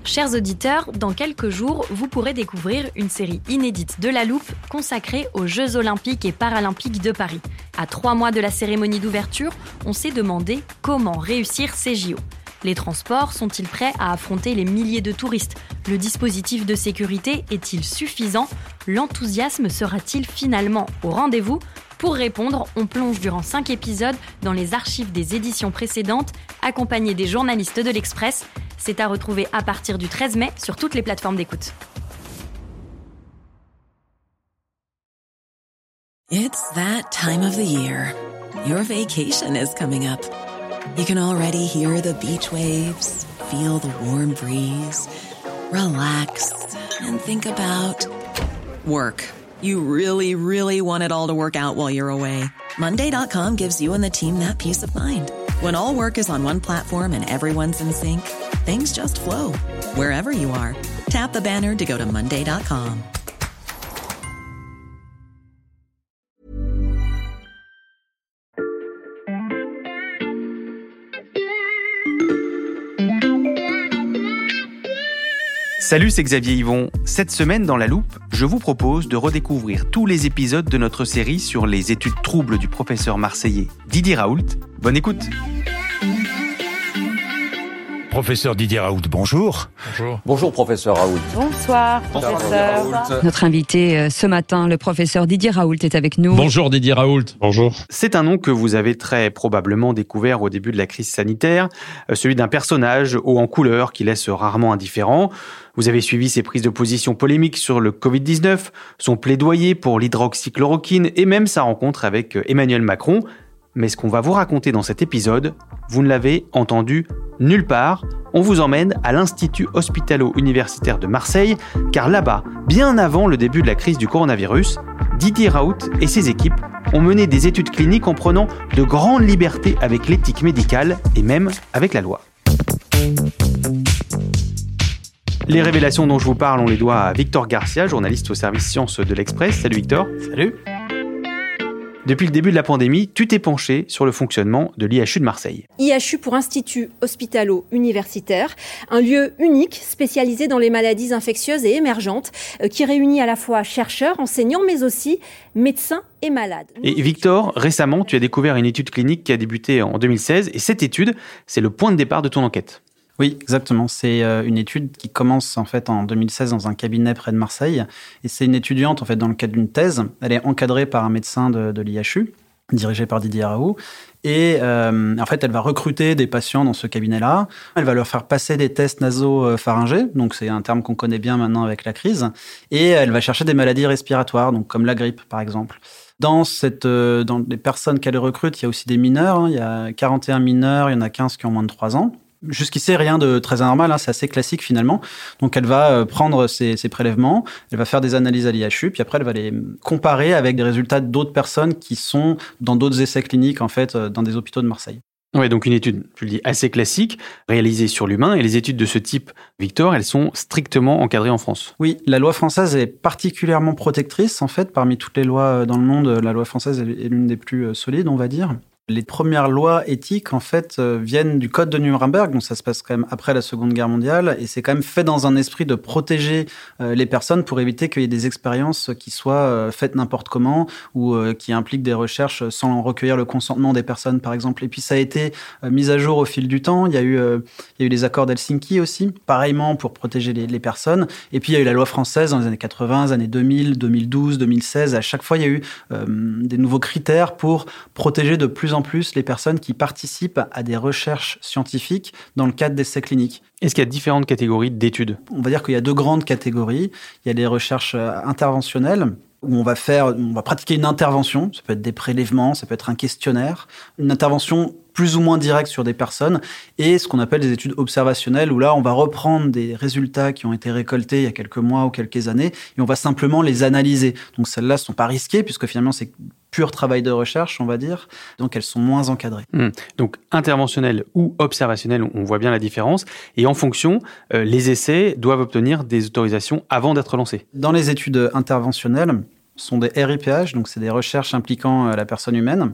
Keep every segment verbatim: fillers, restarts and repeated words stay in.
Chers auditeurs, dans quelques jours, vous pourrez découvrir une série inédite de La Loupe consacrée aux Jeux Olympiques et Paralympiques de Paris. À trois mois de la cérémonie d'ouverture, on s'est demandé comment réussir ces J O. Les transports sont-ils prêts à affronter les milliers de touristes ? Le dispositif de sécurité est-il suffisant ? L'enthousiasme sera-t-il finalement au rendez-vous ? Pour répondre, on plonge durant cinq épisodes dans les archives des éditions précédentes, accompagnés des journalistes de l'Express. C'est à retrouver à partir du treize mai sur toutes les plateformes d'écoute. It's that time of the year. Your vacation is coming up. You can already hear the beach waves, feel the warm breeze, relax, and think about work. You really, really want it all to work out while you're away. Monday dot com gives you and the team that peace of mind. When all work is on one platform and everyone's in sync, things just flow. Wherever you are, tap the banner to go to Monday dot com. Salut, c'est Xavier Yvon. Cette semaine, dans La Loupe, je vous propose de redécouvrir tous les épisodes de notre série sur les études troubles du professeur marseillais Didier Raoult. Bonne écoute. Professeur Didier Raoult, bonjour. Bonjour. Bonjour, professeur Raoult. Bonsoir, professeur. Bonsoir. Notre invité euh, ce matin, le professeur Didier Raoult, est avec nous. Bonjour Didier Raoult. Bonjour. C'est un nom que vous avez très probablement découvert au début de la crise sanitaire, celui d'un personnage haut en couleur qui laisse rarement indifférent. Vous avez suivi ses prises de position polémiques sur le covid dix-neuf, son plaidoyer pour l'hydroxychloroquine et même sa rencontre avec Emmanuel Macron. Mais ce qu'on va vous raconter dans cet épisode, vous ne l'avez entendu nulle part. On vous emmène à l'Institut hospitalo-universitaire de Marseille, car là-bas, bien avant le début de la crise du coronavirus, Didier Raoult et ses équipes ont mené des études cliniques en prenant de grandes libertés avec l'éthique médicale et même avec la loi. Les révélations dont je vous parle, on les doit à Victor Garcia, journaliste au service sciences de l'Express. Salut Victor. Salut. Depuis le début de la pandémie, tu t'es penché sur le fonctionnement de l'I H U de Marseille. I H U pour Institut Hospitalo-Universitaire, un lieu unique spécialisé dans les maladies infectieuses et émergentes euh, qui réunit à la fois chercheurs, enseignants, mais aussi médecins et malades. Et Victor, récemment, tu as découvert une étude clinique qui a débuté en deux mille seize et cette étude, c'est le point de départ de ton enquête. Oui, exactement. C'est une étude qui commence en fait en deux mille seize dans un cabinet près de Marseille. Et c'est une étudiante en fait dans le cadre d'une thèse. Elle est encadrée par un médecin de, de l'I H U, dirigé par Didier Raoult. Et euh, en fait, elle va recruter des patients dans ce cabinet-là. Elle va leur faire passer des tests nasopharyngés. Donc, c'est un terme qu'on connaît bien maintenant avec la crise. Et elle va chercher des maladies respiratoires, donc comme la grippe, par exemple. Dans, cette, euh, dans les personnes qu'elle recrute, il y a aussi des mineurs. Hein. Il y a quarante et un mineurs, il y en a quinze qui ont moins de trois ans. Jusqu'ici, rien de très anormal, hein, c'est assez classique finalement. Donc, elle va prendre ces, ces prélèvements, elle va faire des analyses à l'I H U, puis après, elle va les comparer avec des résultats d'autres personnes qui sont dans d'autres essais cliniques, en fait, dans des hôpitaux de Marseille. Oui, donc une étude, tu le dis, assez classique, réalisée sur l'humain. Et les études de ce type, Victor, elles sont strictement encadrées en France. Oui, la loi française est particulièrement protectrice. En fait, parmi toutes les lois dans le monde, la loi française est l'une des plus solides, on va dire. Les premières lois éthiques, en fait, euh, viennent du Code de Nuremberg, donc ça se passe quand même après la Seconde Guerre mondiale, et c'est quand même fait dans un esprit de protéger euh, les personnes pour éviter qu'il y ait des expériences qui soient euh, faites n'importe comment ou euh, qui impliquent des recherches sans recueillir le consentement des personnes, par exemple. Et puis ça a été euh, mis à jour au fil du temps. Il y a eu, euh, il y a eu les accords d'Helsinki aussi, pareillement pour protéger les, les personnes. Et puis il y a eu la loi française dans les années quatre-vingts, les années deux mille, deux mille douze, deux mille seize. À chaque fois, il y a eu euh, des nouveaux critères pour protéger de plus en en plus les personnes qui participent à des recherches scientifiques dans le cadre d'essais cliniques. Est-ce qu'il y a différentes catégories d'études ? On va dire qu'il y a deux grandes catégories. Il y a les recherches interventionnelles, où on va faire, on va pratiquer une intervention. Ça peut être des prélèvements, ça peut être un questionnaire. Une intervention plus ou moins directe sur des personnes. Et ce qu'on appelle des études observationnelles, où là, on va reprendre des résultats qui ont été récoltés il y a quelques mois ou quelques années, et on va simplement les analyser. Donc celles-là ne sont pas risquées, puisque finalement, c'est pur travail de recherche, on va dire. Donc elles sont moins encadrées. Mmh. Donc interventionnelles ou observationnelles, on voit bien la différence. Et en fonction, euh, les essais doivent obtenir des autorisations avant d'être lancés. Dans les études interventionnelles, ce sont des R I P H, donc c'est des recherches impliquant la personne humaine.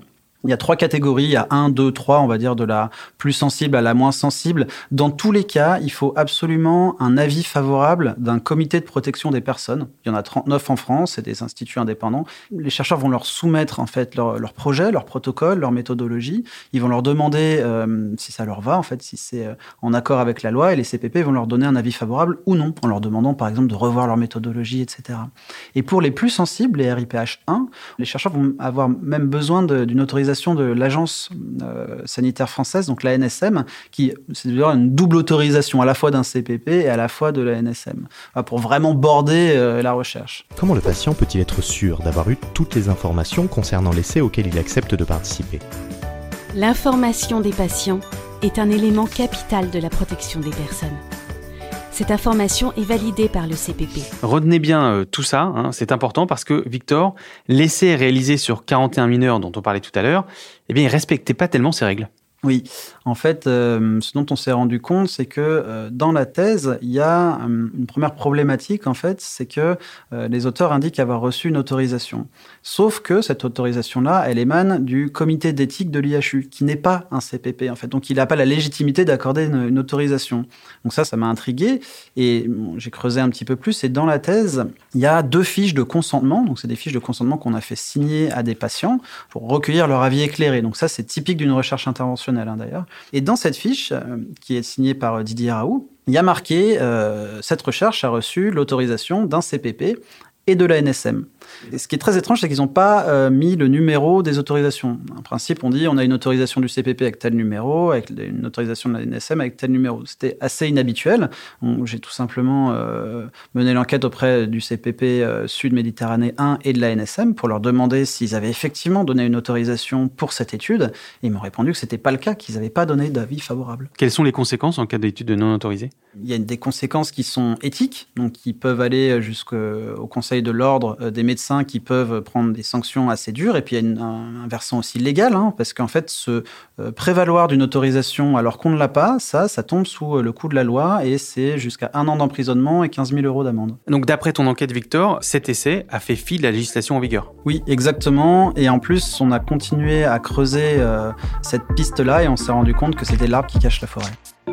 Il y a trois catégories, il y a un, deux, trois, on va dire, de la plus sensible à la moins sensible. Dans tous les cas, il faut absolument un avis favorable d'un comité de protection des personnes. Il y en a trente-neuf en France, c'est des instituts indépendants. Les chercheurs vont leur soumettre en fait leur, leur projet, leur protocole, leur méthodologie. Ils vont leur demander euh, si ça leur va, en fait, si c'est euh, en accord avec la loi, et les C P P vont leur donner un avis favorable ou non, en leur demandant par exemple de revoir leur méthodologie, et cetera. Et pour les plus sensibles, les R I P H un, les chercheurs vont avoir même besoin de, d'une autorisation de l'Agence euh, sanitaire française, donc l'A N S M, qui c'est d'ailleurs une double autorisation à la fois d'un C P P et à la fois de l'A N S M, pour vraiment border euh, la recherche. Comment le patient peut-il être sûr d'avoir eu toutes les informations concernant l'essai auquel il accepte de participer ? L'information des patients est un élément capital de la protection des personnes. Cette information est validée par le C P P. Retenez bien euh, tout ça, hein, c'est important parce que, Victor, l'essai réalisé sur quarante et un mineurs dont on parlait tout à l'heure, eh bien, il ne respectait pas tellement ces règles. Oui, en fait, euh, ce dont on s'est rendu compte, c'est que euh, dans la thèse, il y a euh, une première problématique, en fait, c'est que euh, les auteurs indiquent avoir reçu une autorisation. Sauf que cette autorisation-là, elle émane du comité d'éthique de l'I H U, qui n'est pas un C P P, en fait. Donc, il n'a pas la légitimité d'accorder une, une autorisation. Donc ça, ça m'a intrigué. Et bon, j'ai creusé un petit peu plus. Et dans la thèse, il y a deux fiches de consentement. Donc, c'est des fiches de consentement qu'on a fait signer à des patients pour recueillir leur avis éclairé. Donc ça, c'est typique d'une recherche interventionnelle. D'ailleurs. Et dans cette fiche, euh, qui est signée par Didier Raoult, il y a marqué euh, « Cette recherche a reçu l'autorisation d'un C P P et de l'A N S M ». Et ce qui est très étrange, c'est qu'ils n'ont pas euh, mis le numéro des autorisations. En principe, on dit on a une autorisation du C P P avec tel numéro, avec une autorisation de l'A N S M avec tel numéro. C'était assez inhabituel. Donc, j'ai tout simplement euh, mené l'enquête auprès du C P P euh, Sud-Méditerranée un et de l'A N S M pour leur demander s'ils avaient effectivement donné une autorisation pour cette étude. Et ils m'ont répondu que ce n'était pas le cas, qu'ils n'avaient pas donné d'avis favorable. Quelles sont les conséquences en cas d'étude non autorisée ? Il y a des conséquences qui sont éthiques, donc qui peuvent aller jusqu'au Conseil de l'ordre des médecins qui peuvent prendre des sanctions assez dures. Et puis, il y a une, un, un versant aussi légal, hein, parce qu'en fait, se euh, prévaloir d'une autorisation alors qu'on ne l'a pas, ça, ça tombe sous le coup de la loi et c'est jusqu'à un an d'emprisonnement et quinze mille euros d'amende. Donc, d'après ton enquête, Victor, cet essai a fait fi de la législation en vigueur. Oui, exactement. Et en plus, on a continué à creuser euh, cette piste-là et on s'est rendu compte que c'était l'arbre qui cache la forêt.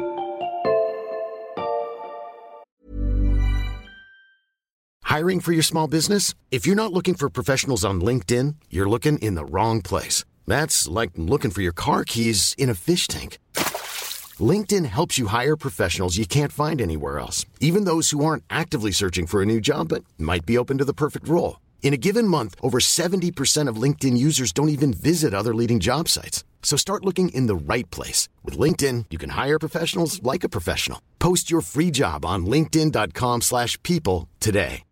Hiring for your small business? If you're not looking for professionals on LinkedIn, you're looking in the wrong place. That's like looking for your car keys in a fish tank. LinkedIn helps you hire professionals you can't find anywhere else, even those who aren't actively searching for a new job but might be open to the perfect role. In a given month, over seventy percent of LinkedIn users don't even visit other leading job sites. So start looking in the right place. With LinkedIn, you can hire professionals like a professional. Post your free job on linkedin.com slash people today.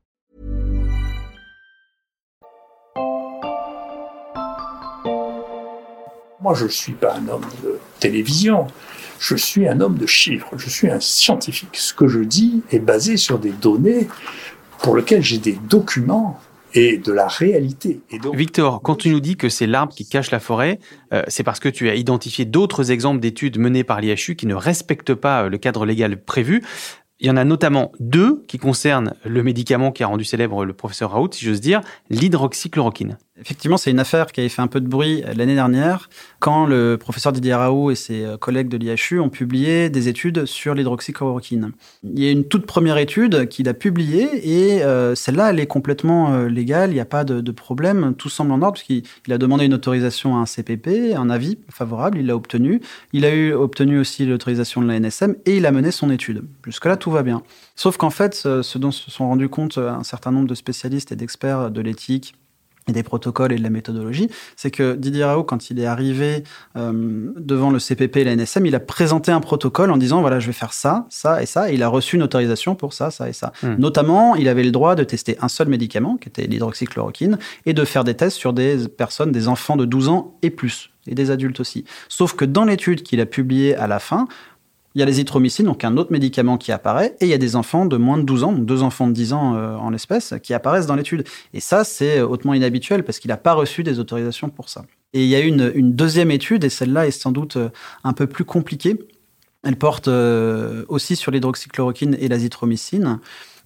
Moi, je ne suis pas un homme de télévision, je suis un homme de chiffres, je suis un scientifique. Ce que je dis est basé sur des données pour lesquelles j'ai des documents et de la réalité. Et donc... Victor, quand tu nous dis que c'est l'arbre qui cache la forêt, euh, c'est parce que tu as identifié d'autres exemples d'études menées par l'I H U qui ne respectent pas le cadre légal prévu. Il y en a notamment deux qui concernent le médicament qui a rendu célèbre le professeur Raoult, si j'ose dire, l'hydroxychloroquine. Effectivement, c'est une affaire qui avait fait un peu de bruit l'année dernière, quand le professeur Didier Raoult et ses collègues de l'I H U ont publié des études sur l'hydroxychloroquine. Il y a une toute première étude qu'il a publiée, et euh, celle-là, elle est complètement euh, légale, il n'y a pas de, de problème, tout semble en ordre, puisqu'il il a demandé une autorisation à un C P P, un avis favorable, il l'a obtenu. Il a eu, obtenu aussi l'autorisation de l'A N S M, et il a mené son étude. Jusque-là, tout va bien. Sauf qu'en fait, ce dont se sont rendus compte un certain nombre de spécialistes et d'experts de l'éthique, et des protocoles et de la méthodologie, c'est que Didier Raoult, quand il est arrivé euh, devant le C P P et la N S M, il a présenté un protocole en disant, voilà, je vais faire ça, ça et ça, et il a reçu une autorisation pour ça, ça et ça. Mmh. Notamment, il avait le droit de tester un seul médicament, qui était l'hydroxychloroquine, et de faire des tests sur des personnes, des enfants de douze ans et plus, et des adultes aussi. Sauf que dans l'étude qu'il a publiée à la fin, il y a l'azithromycine, donc un autre médicament qui apparaît, et il y a des enfants de moins de douze ans, donc deux enfants de dix ans euh, en l'espèce, qui apparaissent dans l'étude. Et ça, c'est hautement inhabituel, parce qu'il n'a pas reçu des autorisations pour ça. Et il y a une, une deuxième étude, et celle-là est sans doute un peu plus compliquée. Elle porte euh, aussi sur l'hydroxychloroquine et l'azithromycine.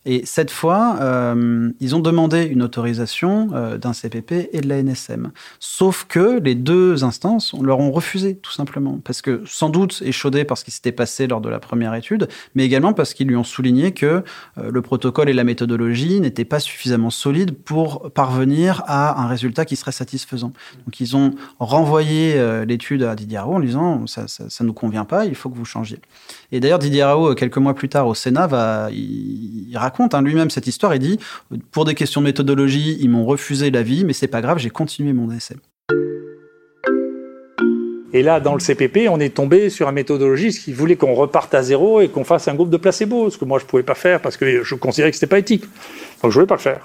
Et cette fois, euh, ils ont demandé une autorisation euh, d'un C P P et de la N S M. Sauf que les deux instances leur ont refusé, tout simplement. Parce que, sans doute, échaudés par ce qui s'était passé lors de la première étude, mais également parce qu'ils lui ont souligné que euh, le protocole et la méthodologie n'étaient pas suffisamment solides pour parvenir à un résultat qui serait satisfaisant. Donc, ils ont renvoyé euh, l'étude à Didier Raoult en disant « ça ne nous convient pas, il faut que vous changiez ». Et d'ailleurs, Didier Raoult, quelques mois plus tard, au Sénat, va, il, il raconte hein, lui-même cette histoire. Il dit « Pour des questions de méthodologie, ils m'ont refusé l'avis, mais c'est pas grave, j'ai continué mon essai. » Et là, dans le C P P, on est tombé sur un méthodologiste qui voulait qu'on reparte à zéro et qu'on fasse un groupe de placebo, ce que moi je pouvais pas faire parce que je considérais que c'était pas éthique. Donc je voulais pas le faire.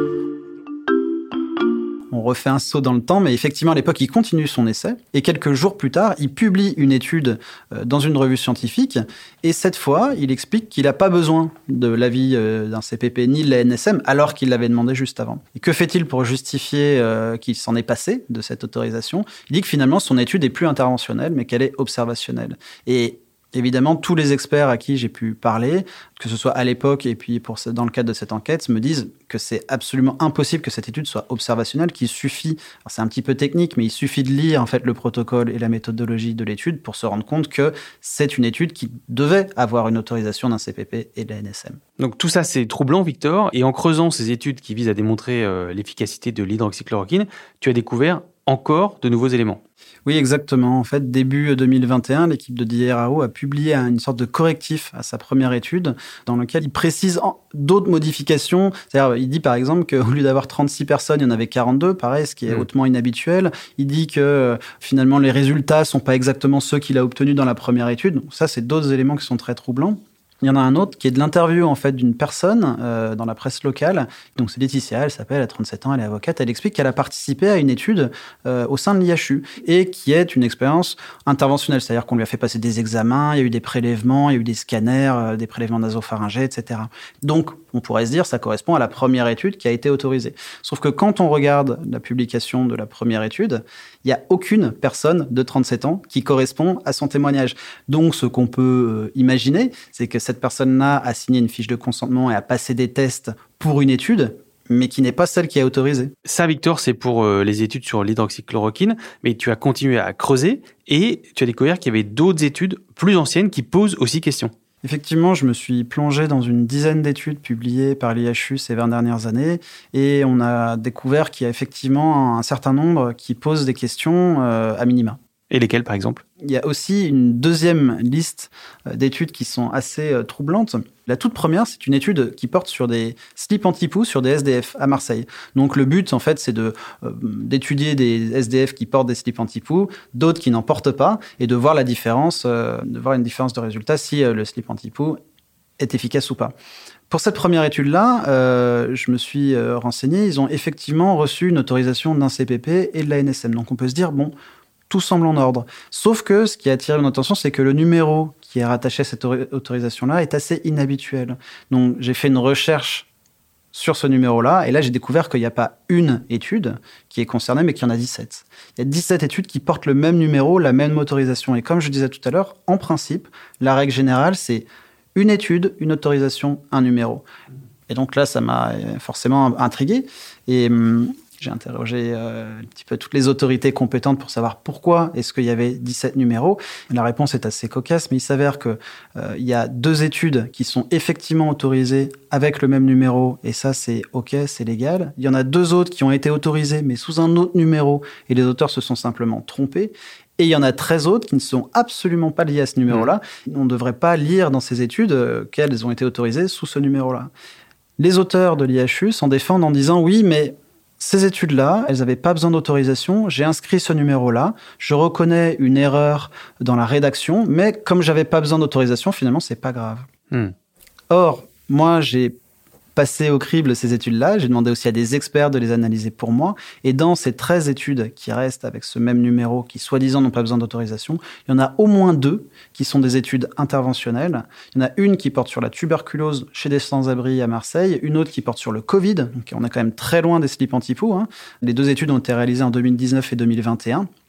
On refait un saut dans le temps, mais effectivement, à l'époque, il continue son essai. Et quelques jours plus tard, il publie une étude dans une revue scientifique. Et cette fois, il explique qu'il n'a pas besoin de l'avis d'un C P P ni de la N S M, alors qu'il l'avait demandé juste avant. Et que fait-il pour justifier euh, qu'il s'en est passé de cette autorisation ? Il dit que finalement, son étude est plus interventionnelle, mais qu'elle est observationnelle. Et évidemment, tous les experts à qui j'ai pu parler, que ce soit à l'époque et puis pour, dans le cadre de cette enquête, me disent que c'est absolument impossible que cette étude soit observationnelle, qu'il suffit, alors c'est un petit peu technique, mais il suffit de lire en fait le protocole et la méthodologie de l'étude pour se rendre compte que c'est une étude qui devait avoir une autorisation d'un C P P et de la N S M. Donc tout ça, c'est troublant, Victor. Et en creusant ces études qui visent à démontrer euh, l'efficacité de l'hydroxychloroquine, tu as découvert encore de nouveaux éléments. Oui, exactement. En fait, début deux mille vingt et un, l'équipe de Didier Raoult a publié une sorte de correctif à sa première étude dans lequel il précise d'autres modifications. C'est-à-dire, il dit par exemple qu'au lieu d'avoir trente-six personnes, il y en avait quarante-deux, pareil, ce qui est mmh. hautement inhabituel. Il dit que euh, finalement, les résultats sont pas exactement ceux qu'il a obtenus dans la première étude. Donc ça, c'est d'autres éléments qui sont très troublants. Il y en a un autre qui est de l'interview en fait d'une personne euh, dans la presse locale. Donc c'est Laetitia, elle s'appelle, elle a trente-sept ans, elle est avocate. Elle explique qu'elle a participé à une étude euh, au sein de l'I H U et qui est une expérience interventionnelle, c'est-à-dire qu'on lui a fait passer des examens, il y a eu des prélèvements, il y a eu des scanners, euh, des prélèvements nasopharyngés, et cetera. Donc on pourrait se dire ça correspond à la première étude qui a été autorisée. Sauf que quand on regarde la publication de la première étude, il n'y a aucune personne de trente-sept ans qui correspond à son témoignage. Donc ce qu'on peut euh, imaginer, c'est que cette personne-là a signé une fiche de consentement et a passé des tests pour une étude, mais qui n'est pas celle qui est autorisée. Ça, Victor, c'est pour euh, les études sur l'hydroxychloroquine, mais tu as continué à creuser et tu as découvert qu'il y avait d'autres études plus anciennes qui posent aussi question. Effectivement, je me suis plongé dans une dizaine d'études publiées par l'I H U ces vingt dernières années et on a découvert qu'il y a effectivement un certain nombre qui posent des questions euh, à minima. Et lesquelles, par exemple ? Il y a aussi une deuxième liste d'études qui sont assez euh, troublantes. La toute première, c'est une étude qui porte sur des slips anti-poux sur des S D F à Marseille. Donc le but, en fait, c'est de, euh, d'étudier des S D F qui portent des slips anti-poux, d'autres qui n'en portent pas, et de voir la différence, euh, de voir une différence de résultat si euh, le slip anti-poux est efficace ou pas. Pour cette première étude-là, euh, je me suis euh, renseigné. Ils ont effectivement reçu une autorisation d'un C P P et de la N S M. Donc on peut se dire, bon, tout semble en ordre. Sauf que ce qui a attiré mon attention, c'est que le numéro qui est rattaché à cette autorisation-là est assez inhabituel. Donc, j'ai fait une recherche sur ce numéro-là, et là, j'ai découvert qu'il n'y a pas une étude qui est concernée, mais qu'il y en a dix-sept. Il y a dix-sept études qui portent le même numéro, la même autorisation. Et comme je disais tout à l'heure, en principe, la règle générale, c'est une étude, une autorisation, un numéro. Et donc là, ça m'a forcément intrigué. Et hum, j'ai interrogé euh, un petit peu toutes les autorités compétentes pour savoir pourquoi est-ce qu'il y avait dix-sept numéros. La réponse est assez cocasse, mais il s'avère qu'il euh, y a deux études qui sont effectivement autorisées avec le même numéro, et ça, c'est OK, c'est légal. Il y en a deux autres qui ont été autorisées, mais sous un autre numéro, et les auteurs se sont simplement trompés. Et il y en a treize autres qui ne sont absolument pas liés à ce numéro-là. On ne devrait pas lire dans ces études euh, qu'elles ont été autorisées sous ce numéro-là. Les auteurs de l'I H U s'en défendent en disant « Oui, mais ces études-là, elles n'avaient pas besoin d'autorisation. J'ai inscrit ce numéro-là. Je reconnais une erreur dans la rédaction, mais comme j'avais pas besoin d'autorisation, finalement, c'est pas grave. Hmm. » Or, moi, j'ai passé au crible ces études-là. J'ai demandé aussi à des experts de les analyser pour moi. Et dans ces treize études qui restent avec ce même numéro, qui soi-disant n'ont pas besoin d'autorisation, il y en a au moins deux qui sont des études interventionnelles. Il y en a une qui porte sur la tuberculose chez des sans-abri à Marseille, une autre qui porte sur le Covid. Donc on est quand même très loin des slips anti-poux, hein. Les deux études ont été réalisées en deux mille dix-neuf et deux mille vingt et un.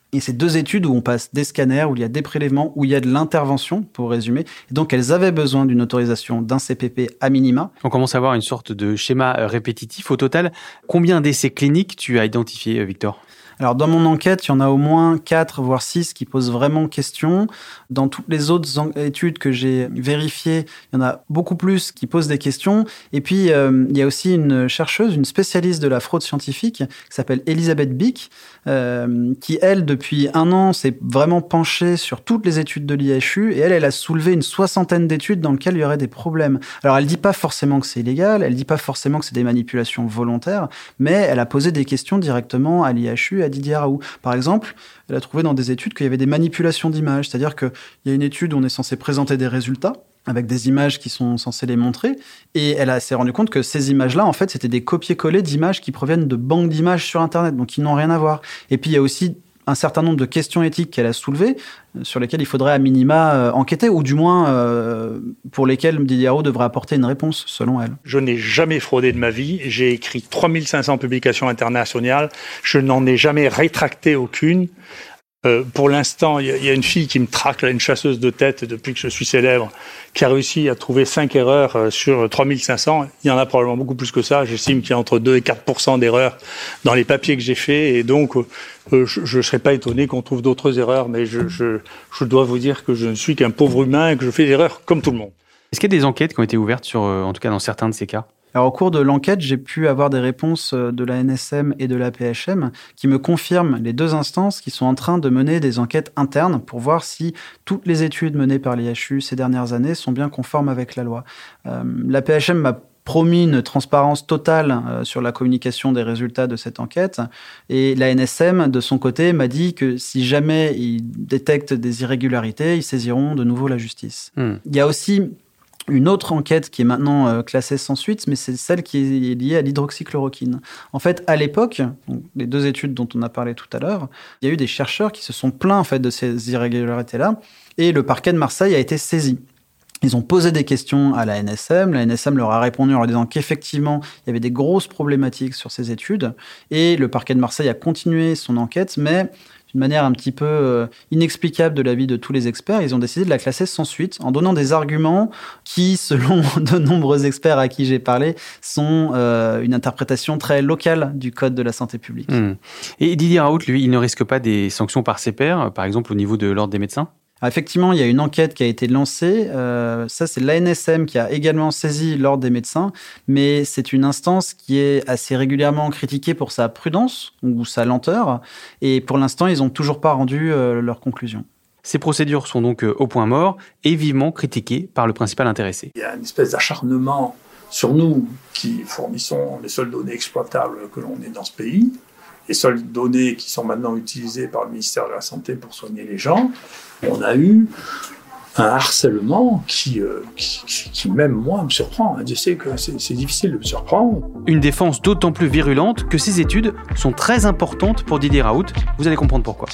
Et c'est deux études où on passe des scanners, où il y a des prélèvements, où il y a de l'intervention, pour résumer. Et donc, elles avaient besoin d'une autorisation d'un C P P à minima. On commence à avoir une sorte de schéma répétitif. Au total, combien d'essais cliniques tu as identifié, Victor ? Alors, dans mon enquête, il y en a au moins quatre, voire six qui posent vraiment question. Dans toutes les autres en- études que j'ai vérifiées, il y en a beaucoup plus qui posent des questions. Et puis, euh, il y a aussi une chercheuse, une spécialiste de la fraude scientifique, qui s'appelle Elisabeth Bick, euh, qui, elle, depuis un an, s'est vraiment penchée sur toutes les études de l'I H U. Et elle, elle a soulevé une soixantaine d'études dans lesquelles il y aurait des problèmes. Alors, elle dit pas forcément que c'est illégal, elle dit pas forcément que c'est des manipulations volontaires, mais elle a posé des questions directement à l'I H U, à Didier Raoult. Par exemple, elle a trouvé dans des études qu'il y avait des manipulations d'images, c'est-à-dire qu'il y a une étude où on est censé présenter des résultats avec des images qui sont censées les montrer, et elle a, s'est rendue compte que ces images-là, en fait, c'était des copier-coller d'images qui proviennent de banques d'images sur Internet, donc qui n'ont rien à voir. Et puis, il y a aussi un certain nombre de questions éthiques qu'elle a soulevées, euh, sur lesquelles il faudrait à minima euh, enquêter, ou du moins euh, pour lesquelles Didier Raoult devrait apporter une réponse, selon elle. Je n'ai jamais fraudé de ma vie. J'ai écrit trois mille cinq cents publications internationales. Je n'en ai jamais rétracté aucune. Euh, pour l'instant, il y, y a une fille qui me traque, là, une chasseuse de tête, depuis que je suis célèbre, qui a réussi à trouver cinq erreurs euh, sur trois mille cinq cents. Il y en a probablement beaucoup plus que ça. J'estime qu'il y a entre deux et quatre pour cent d'erreurs dans les papiers que j'ai faits. Et donc, euh, je ne serais pas étonné qu'on trouve d'autres erreurs. Mais je, je, je dois vous dire que je ne suis qu'un pauvre humain et que je fais des erreurs comme tout le monde. Est-ce qu'il y a des enquêtes qui ont été ouvertes, sur, euh, en tout cas dans certains de ces cas ? Alors, au cours de l'enquête, j'ai pu avoir des réponses de la N S M et de l'A P H M qui me confirment, les deux instances, qui sont en train de mener des enquêtes internes pour voir si toutes les études menées par l'I H U ces dernières années sont bien conformes avec la loi. Euh, l'A P H M m'a promis une transparence totale euh, sur la communication des résultats de cette enquête. Et la N S M, de son côté, m'a dit que si jamais ils détectent des irrégularités, ils saisiront de nouveau la justice. Mmh. Il y a aussi une autre enquête qui est maintenant euh, classée sans suite, mais c'est celle qui est liée à l'hydroxychloroquine. En fait, à l'époque, donc, les deux études dont on a parlé tout à l'heure, il y a eu des chercheurs qui se sont plaints en fait, de ces irrégularités-là, et le parquet de Marseille a été saisi. Ils ont posé des questions à la N S M. La N S M leur a répondu en leur disant qu'effectivement, il y avait des grosses problématiques sur ces études. Et le parquet de Marseille a continué son enquête, mais d'une manière un petit peu euh, inexplicable de l'avis de tous les experts, ils ont décidé de la classer sans suite en donnant des arguments qui, selon de nombreux experts à qui j'ai parlé, sont euh, une interprétation très locale du Code de la santé publique. Mmh. Et Didier Raoult, lui, il ne risque pas des sanctions par ses pairs, par exemple au niveau de l'Ordre des médecins ? Alors effectivement, il y a une enquête qui a été lancée. Euh, ça, c'est l'A N S M qui a également saisi l'Ordre des médecins, mais c'est une instance qui est assez régulièrement critiquée pour sa prudence ou sa lenteur. Et pour l'instant, ils n'ont toujours pas rendu euh, leurs conclusions. Ces procédures sont donc au point mort et vivement critiquées par le principal intéressé. Il y a une espèce d'acharnement sur nous qui fournissons les seules données exploitables que l'on ait dans ce pays, les seules données qui sont maintenant utilisées par le ministère de la Santé pour soigner les gens. On a eu un harcèlement qui, euh, qui, qui, qui même moi, me surprend. Je sais que c'est, c'est difficile de me surprendre. Une défense d'autant plus virulente que ces études sont très importantes pour Didier Raoult. Vous allez comprendre pourquoi.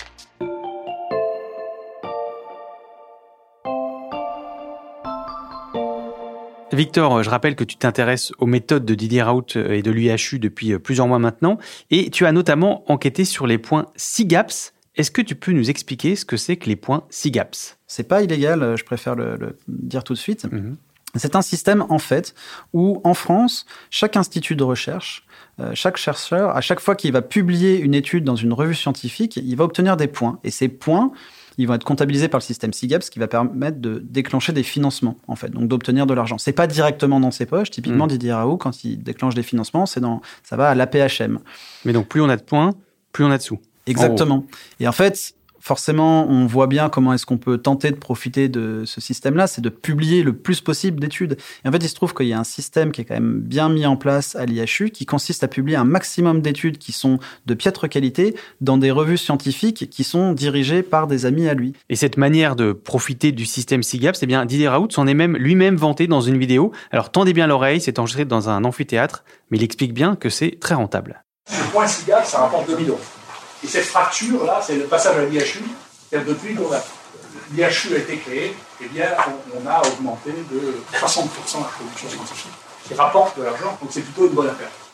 Victor, je rappelle que tu t'intéresses aux méthodes de Didier Raoult et de l'U H U depuis plusieurs mois maintenant, et tu as notamment enquêté sur les points SIGAPS. Est-ce que tu peux nous expliquer ce que c'est que les points SIGAPS ? C'est pas illégal, je préfère le, le dire tout de suite. Mmh. C'est un système, en fait, où, en France, chaque institut de recherche, euh, chaque chercheur, à chaque fois qu'il va publier une étude dans une revue scientifique, il va obtenir des points. Et ces points, ils vont être comptabilisés par le système SIGAPS, qui va permettre de déclencher des financements, en fait, donc d'obtenir de l'argent. C'est pas directement dans ses poches. Typiquement, mmh. Didier Raoult, quand il déclenche des financements, c'est dans, ça va à l'A P H M. Mais donc, plus on a de points, plus on a de sous. Exactement. Et en fait, forcément, on voit bien comment est-ce qu'on peut tenter de profiter de ce système-là, c'est de publier le plus possible d'études. Et en fait, il se trouve qu'il y a un système qui est quand même bien mis en place à l'I H U, qui consiste à publier un maximum d'études qui sont de piètre qualité dans des revues scientifiques qui sont dirigées par des amis à lui. Et cette manière de profiter du système SIGAPS, eh bien, Didier Raoult s'en est même lui-même vanté dans une vidéo. Alors, tendez bien l'oreille, c'est enregistré dans un amphithéâtre, mais il explique bien que c'est très rentable. Le point SIGAPS, ça rapporte deux mille euros. Et cette fracture-là, c'est le passage à l'I H U. C'est-à-dire depuis que l'I H U a été créé, eh bien, on, on a augmenté de soixante pour cent la production scientifique, qui rapporte de l'argent, donc c'est plutôt une bonne affaire.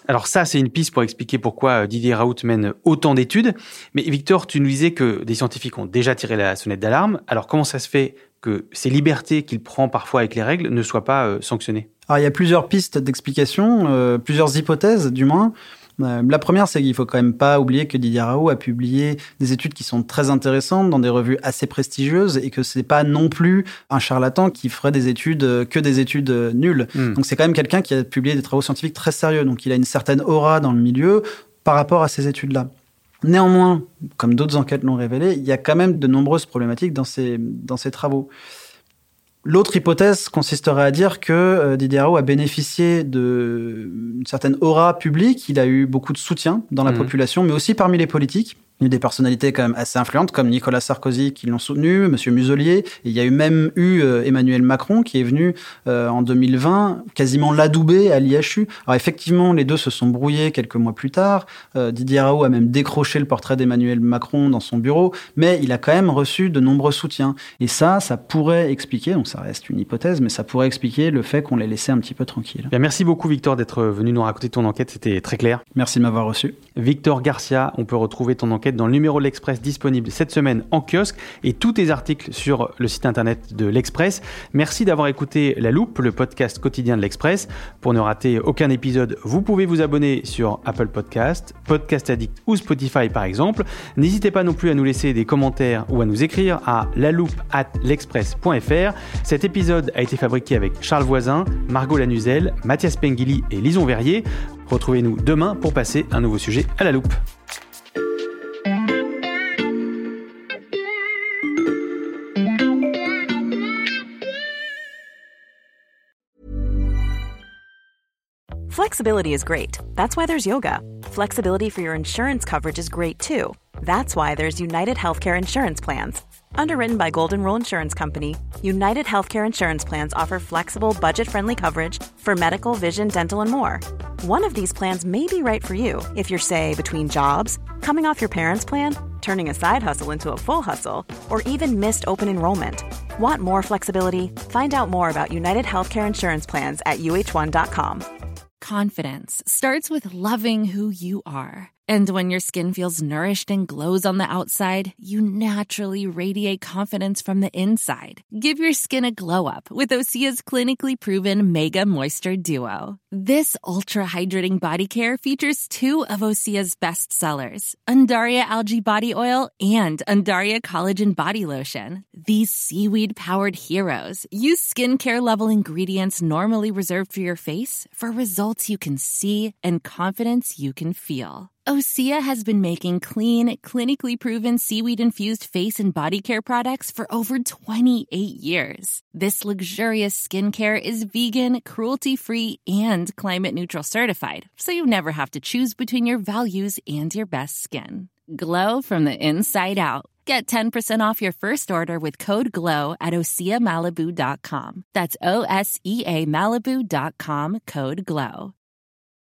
Alors ça, c'est une piste pour expliquer pourquoi Didier Raoult mène autant d'études. Mais Victor, tu nous disais que des scientifiques ont déjà tiré la sonnette d'alarme. Alors comment ça se fait que ces libertés qu'il prend parfois avec les règles ne soient pas euh, sanctionnées? Alors il y a plusieurs pistes d'explication, euh, plusieurs hypothèses du moins. Euh, la première, c'est qu'il faut quand même pas oublier que Didier Raoult a publié des études qui sont très intéressantes dans des revues assez prestigieuses et que c'est pas non plus un charlatan qui ferait des études euh, que des études euh, nulles. Mmh. Donc c'est quand même quelqu'un qui a publié des travaux scientifiques très sérieux. Donc il a une certaine aura dans le milieu par rapport à ces études-là. Néanmoins, comme d'autres enquêtes l'ont révélé, il y a quand même de nombreuses problématiques dans ces, dans ces travaux. L'autre hypothèse consisterait à dire que euh, Didier Raoult a bénéficié d'une certaine aura publique. Il a eu beaucoup de soutien dans la mmh. population, mais aussi parmi les politiques. Il y a eu des personnalités quand même assez influentes, comme Nicolas Sarkozy qui l'ont soutenu, Monsieur Muselier. Et il y a eu même eu euh, Emmanuel Macron qui est venu euh, en deux mille vingt quasiment l'adouber à l'I H U. Alors effectivement, les deux se sont brouillés quelques mois plus tard. Euh, Didier Raoult a même décroché le portrait d'Emmanuel Macron dans son bureau, mais il a quand même reçu de nombreux soutiens. Et ça, ça pourrait expliquer, donc ça reste une hypothèse, mais ça pourrait expliquer le fait qu'on l'ait laissé un petit peu tranquille. Bien, merci beaucoup Victor d'être venu nous raconter ton enquête, c'était très clair. Merci de m'avoir reçu. Victor Garcia, on peut retrouver ton enquête dans le numéro de l'Express disponible cette semaine en kiosque et tous tes articles sur le site internet de l'Express. Merci d'avoir écouté La Loupe, le podcast quotidien de l'Express. Pour ne rater aucun épisode, vous pouvez vous abonner sur Apple Podcast, Podcast Addict ou Spotify par exemple. N'hésitez pas non plus à nous laisser des commentaires ou à nous écrire à laloupe arobase l'express point f r. Cet épisode a été fabriqué avec Charles Voisin, Margot Lanuzel, Mathias Pengili et Lison Verrier. Retrouvez-nous demain pour passer un nouveau sujet à la loupe. Flexibility is great. That's why there's yoga. Flexibility for your insurance coverage is great too. That's why there's United Healthcare Insurance Plans. Underwritten by Golden Rule Insurance Company, United Healthcare Insurance Plans offer flexible, budget-friendly coverage for medical, vision, dental, and more. One of these plans may be right for you if you're, say, between jobs, coming off your parents' plan, turning a side hustle into a full hustle, or even missed open enrollment. Want more flexibility? Find out more about United Healthcare Insurance Plans at U H one dot com. Confidence starts with loving who you are. And when your skin feels nourished and glows on the outside, you naturally radiate confidence from the inside. Give your skin a glow up with Osea's clinically proven Mega Moisture Duo. This ultra-hydrating body care features two of Osea's best sellers, Undaria Algae Body Oil and Undaria Collagen Body Lotion. These seaweed-powered heroes use skincare-level ingredients normally reserved for your face for results you can see and confidence you can feel. Osea has been making clean, clinically proven seaweed-infused face and body care products for over twenty-eight years. This luxurious skincare is vegan, cruelty-free, and climate-neutral certified, so you never have to choose between your values and your best skin. Glow from the inside out. Get ten percent off your first order with code GLOW at osea malibu dot com. That's O S E A Malibu dot com, code GLOW.